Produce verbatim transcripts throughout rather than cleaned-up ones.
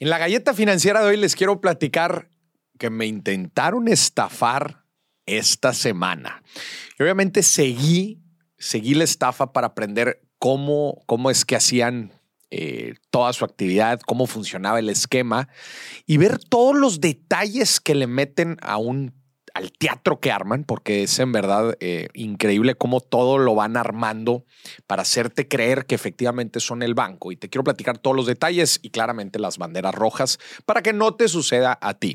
En la galleta financiera de hoy les quiero platicar que me intentaron estafar esta semana. Y obviamente seguí, seguí la estafa para aprender cómo, cómo es que hacían eh, toda su actividad, cómo funcionaba el esquema y ver todos los detalles que le meten a un al teatro que arman, porque es en verdad eh, increíble cómo todo lo van armando para hacerte creer que efectivamente son el banco. Y te quiero platicar todos los detalles y claramente las banderas rojas para que no te suceda a ti.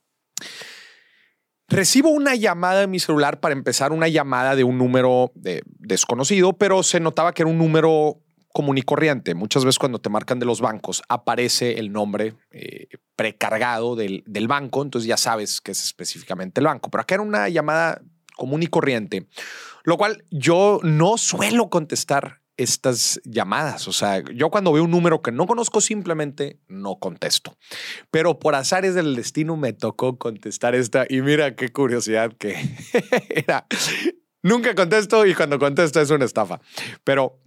Recibo una llamada en mi celular, para empezar, una llamada de un número de, desconocido, pero se notaba que era un número común y corriente. Muchas veces cuando te marcan de los bancos aparece el nombre eh, precargado del, del banco, entonces ya sabes que es específicamente el banco. Pero acá era una llamada común y corriente, lo cual yo no suelo contestar estas llamadas. O sea, yo cuando veo un número que no conozco simplemente no contesto. Pero por azares del destino me tocó contestar esta y mira qué curiosidad que era. Nunca contesto y cuando contesto es una estafa. Pero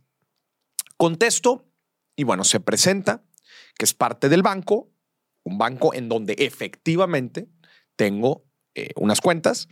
contesto y bueno, se presenta que es parte del banco, un banco en donde efectivamente tengo eh, unas cuentas.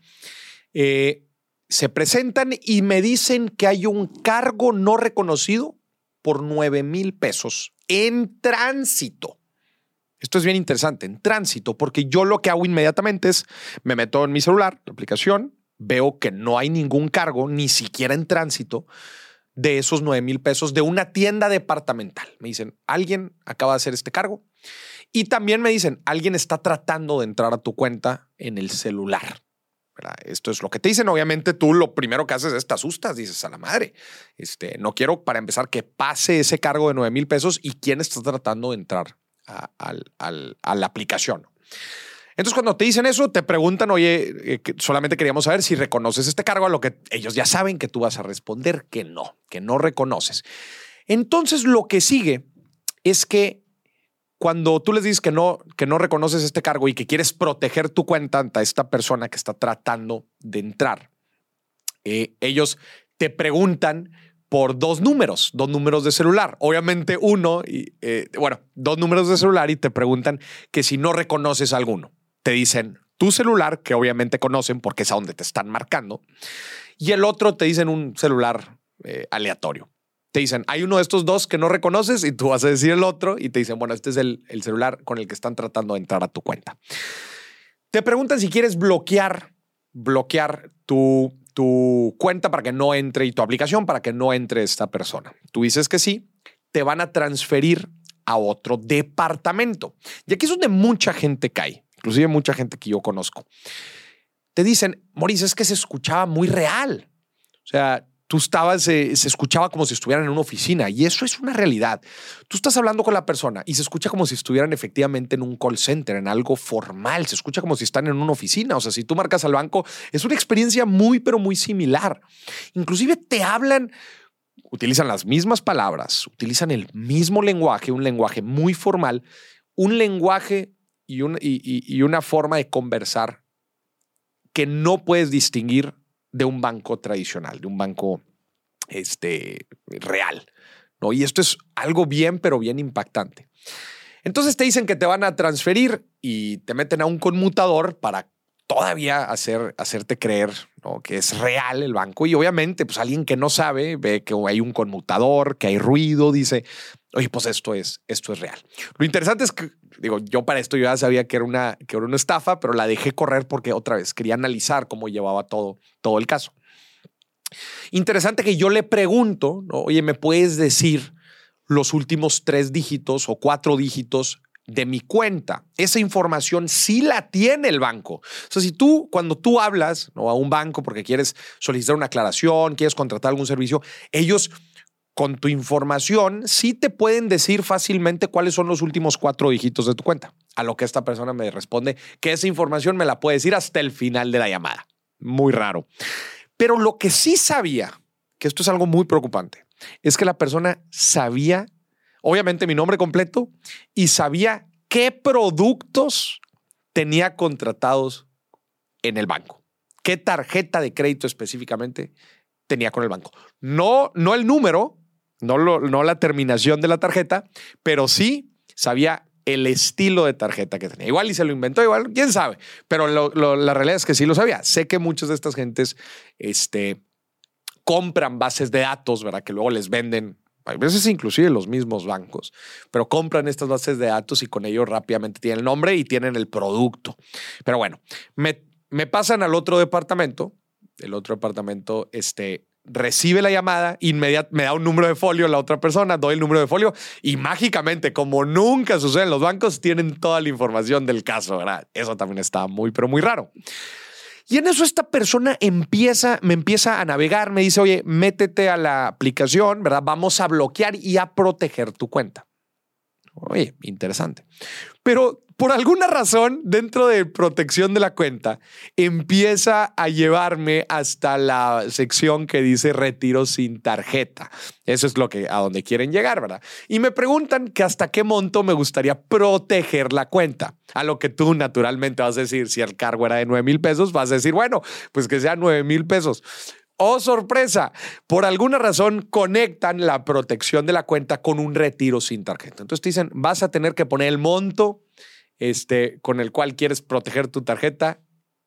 Eh, se presentan y me dicen que hay un cargo no reconocido por nueve mil pesos en tránsito. Esto es bien interesante, en tránsito, porque yo lo que hago inmediatamente es me meto en mi celular, la aplicación, veo que no hay ningún cargo, ni siquiera en tránsito, de esos nueve mil pesos de una tienda departamental. Me dicen, alguien acaba de hacer este cargo. Y también me dicen, alguien está tratando de entrar a tu cuenta en el celular. ¿Verdad? Esto es lo que te dicen. Obviamente tú lo primero que haces es te asustas, dices a la madre. Este, no quiero, para empezar, que pase ese cargo de nueve mil pesos y quién está tratando de entrar a, a, a, a la aplicación. Entonces, cuando te dicen eso, te preguntan, oye, eh, solamente queríamos saber si reconoces este cargo, a lo que ellos ya saben que tú vas a responder que no, que no reconoces. Entonces, lo que sigue es que cuando tú les dices que no, que no reconoces este cargo y que quieres proteger tu cuenta ante esta persona que está tratando de entrar, eh, ellos te preguntan por dos números, dos números de celular. Obviamente uno, y, eh, bueno, dos números de celular y te preguntan que si no reconoces alguno. Te dicen tu celular, que obviamente conocen porque es a donde te están marcando, y el otro te dicen un celular eh, aleatorio. Te dicen, hay uno de estos dos que no reconoces y tú vas a decir el otro y te dicen, bueno, este es el, el celular con el que están tratando de entrar a tu cuenta. Te preguntan si quieres bloquear, bloquear tu, tu cuenta para que no entre y tu aplicación para que no entre esta persona. Tú dices que sí, te van a transferir a otro departamento. Y aquí es donde mucha gente cae, inclusive mucha gente que yo conozco. Te dicen, Maurice, es que se escuchaba muy real. O sea, tú estabas, eh, se escuchaba como si estuvieran en una oficina y eso es una realidad. Tú estás hablando con la persona y se escucha como si estuvieran efectivamente en un call center, en algo formal. Se escucha como si están en una oficina. O sea, si tú marcas al banco, es una experiencia muy, pero muy similar. Inclusive te hablan, utilizan las mismas palabras, utilizan el mismo lenguaje, un lenguaje muy formal, un lenguaje y, un, y, y, y una forma de conversar que no puedes distinguir de un banco tradicional, de un banco este, real, ¿no? Y esto es algo bien, pero bien impactante. Entonces te dicen que te van a transferir y te meten a un conmutador para todavía hacer, hacerte creer, ¿no?, que es real el banco. Y obviamente, pues alguien que no sabe ve que hay un conmutador, que hay ruido, dice, oye, pues esto es, esto es real. Lo interesante es que, digo, yo para esto yo ya sabía que era una, que era una estafa, pero la dejé correr porque otra vez quería analizar cómo llevaba todo, todo el caso. Interesante que yo le pregunto, ¿no?, oye, ¿me puedes decir los últimos tres dígitos o cuatro dígitos de mi cuenta? Esa información sí la tiene el banco. O sea, si tú, cuando tú hablas, ¿no?, a un banco porque quieres solicitar una aclaración, quieres contratar algún servicio, ellos con tu información sí te pueden decir fácilmente cuáles son los últimos cuatro dígitos de tu cuenta. A lo que esta persona me responde que esa información me la puede decir hasta el final de la llamada. Muy raro. Pero lo que sí sabía, que esto es algo muy preocupante, es que la persona sabía, obviamente, mi nombre completo y sabía qué productos tenía contratados en el banco, qué tarjeta de crédito específicamente tenía con el banco. No, no el número, no, lo, no la terminación de la tarjeta, pero sí sabía el estilo de tarjeta que tenía. Igual y se lo inventó, igual, quién sabe. Pero lo, lo, la realidad es que sí lo sabía. Sé que muchas de estas gentes este, compran bases de datos, ¿verdad? Que luego les venden, a veces inclusive los mismos bancos, pero compran estas bases de datos y con ello rápidamente tienen el nombre y tienen el producto. Pero bueno, me, me pasan al otro departamento. El otro departamento, este... recibe la llamada, inmediatamente me da un número de folio la otra persona, doy el número de folio y mágicamente, como nunca sucede en los bancos, tienen toda la información del caso, ¿verdad? Eso también está muy, pero muy raro. Y en eso esta persona empieza, me empieza a navegar, me dice, oye, métete a la aplicación, ¿verdad? Vamos a bloquear y a proteger tu cuenta. Oye, interesante. Pero por alguna razón, dentro de protección de la cuenta, empieza a llevarme hasta la sección que dice retiro sin tarjeta. Eso es lo que a donde quieren llegar, ¿verdad? Y me preguntan que hasta qué monto me gustaría proteger la cuenta. A lo que tú naturalmente vas a decir, si el cargo era de nueve mil pesos, vas a decir, bueno, pues que sea nueve mil pesos. ¡Oh, sorpresa! Por alguna razón conectan la protección de la cuenta con un retiro sin tarjeta. Entonces te dicen, vas a tener que poner el monto este, con el cual quieres proteger tu tarjeta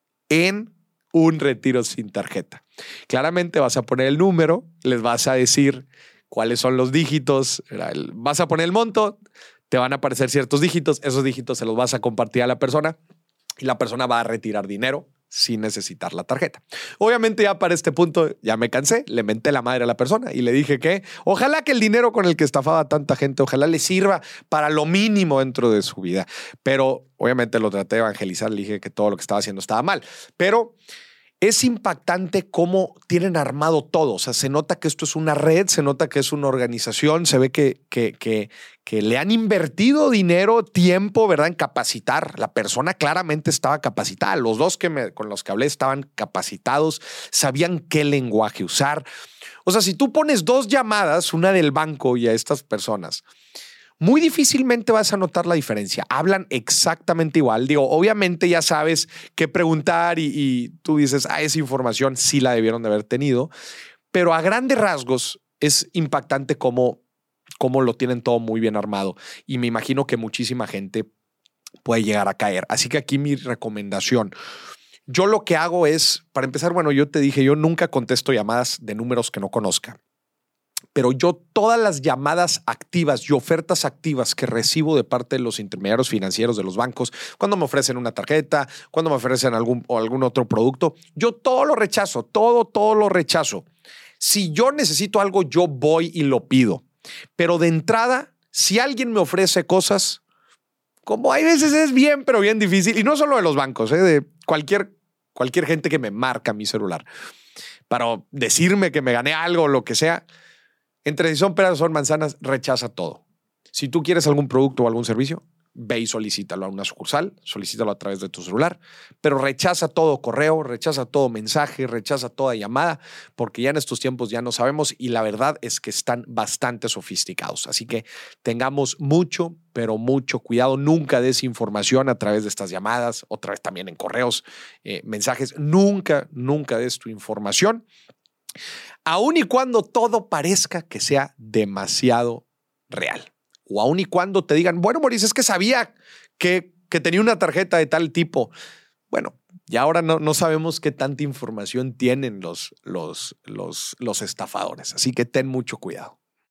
en un retiro sin tarjeta. Claramente vas a poner el número, les vas a decir cuáles son los dígitos, vas a poner el monto, te van a aparecer ciertos dígitos, esos dígitos se los vas a compartir a la persona y la persona va a retirar dinero sin necesitar la tarjeta. Obviamente ya para este punto ya me cansé, le menté la madre a la persona y le dije que ojalá que el dinero con el que estafaba a tanta gente, ojalá le sirva para lo mínimo dentro de su vida. Pero obviamente lo traté de evangelizar, le dije que todo lo que estaba haciendo estaba mal. Pero es impactante cómo tienen armado todo. O sea, se nota que esto es una red, se nota que es una organización, se ve que, que, que, que le han invertido dinero, tiempo, ¿verdad? En capacitar. La persona claramente estaba capacitada. Los dos que me, con los que hablé estaban capacitados, sabían qué lenguaje usar. O sea, si tú pones dos llamadas, una del banco y a estas personas, muy difícilmente vas a notar la diferencia. Hablan exactamente igual. Digo, obviamente ya sabes qué preguntar y, y tú dices, ah, esa información sí la debieron de haber tenido. Pero a grandes rasgos es impactante cómo, cómo lo tienen todo muy bien armado. Y me imagino que muchísima gente puede llegar a caer. Así que aquí mi recomendación. Yo lo que hago es, para empezar, bueno, yo te dije, yo nunca contesto llamadas de números que no conozca. Pero yo todas las llamadas activas y ofertas activas que recibo de parte de los intermediarios financieros de los bancos, cuando me ofrecen una tarjeta, cuando me ofrecen algún, o algún otro producto, yo todo lo rechazo, todo, todo lo rechazo. Si yo necesito algo, yo voy y lo pido. Pero de entrada, si alguien me ofrece cosas, como hay veces es bien, pero bien difícil, y no solo de los bancos, ¿eh? de cualquier, cualquier gente que me marca mi celular para decirme que me gané algo o lo que sea, entre si son peras o son manzanas, rechaza todo. Si tú quieres algún producto o algún servicio, ve y solicítalo a una sucursal, solicítalo a través de tu celular, pero rechaza todo correo, rechaza todo mensaje, rechaza toda llamada, porque ya en estos tiempos ya no sabemos y la verdad es que están bastante sofisticados. Así que tengamos mucho, pero mucho cuidado. Nunca des información a través de estas llamadas, otra vez también en correos, eh, mensajes. Nunca, nunca des tu información. Aun y cuando todo parezca que sea demasiado real. O aun y cuando te digan, bueno, Maurice, es que sabía que, que tenía una tarjeta de tal tipo. Bueno, y ahora no, no sabemos qué tanta información tienen los, los, los, los estafadores. Así que ten mucho cuidado.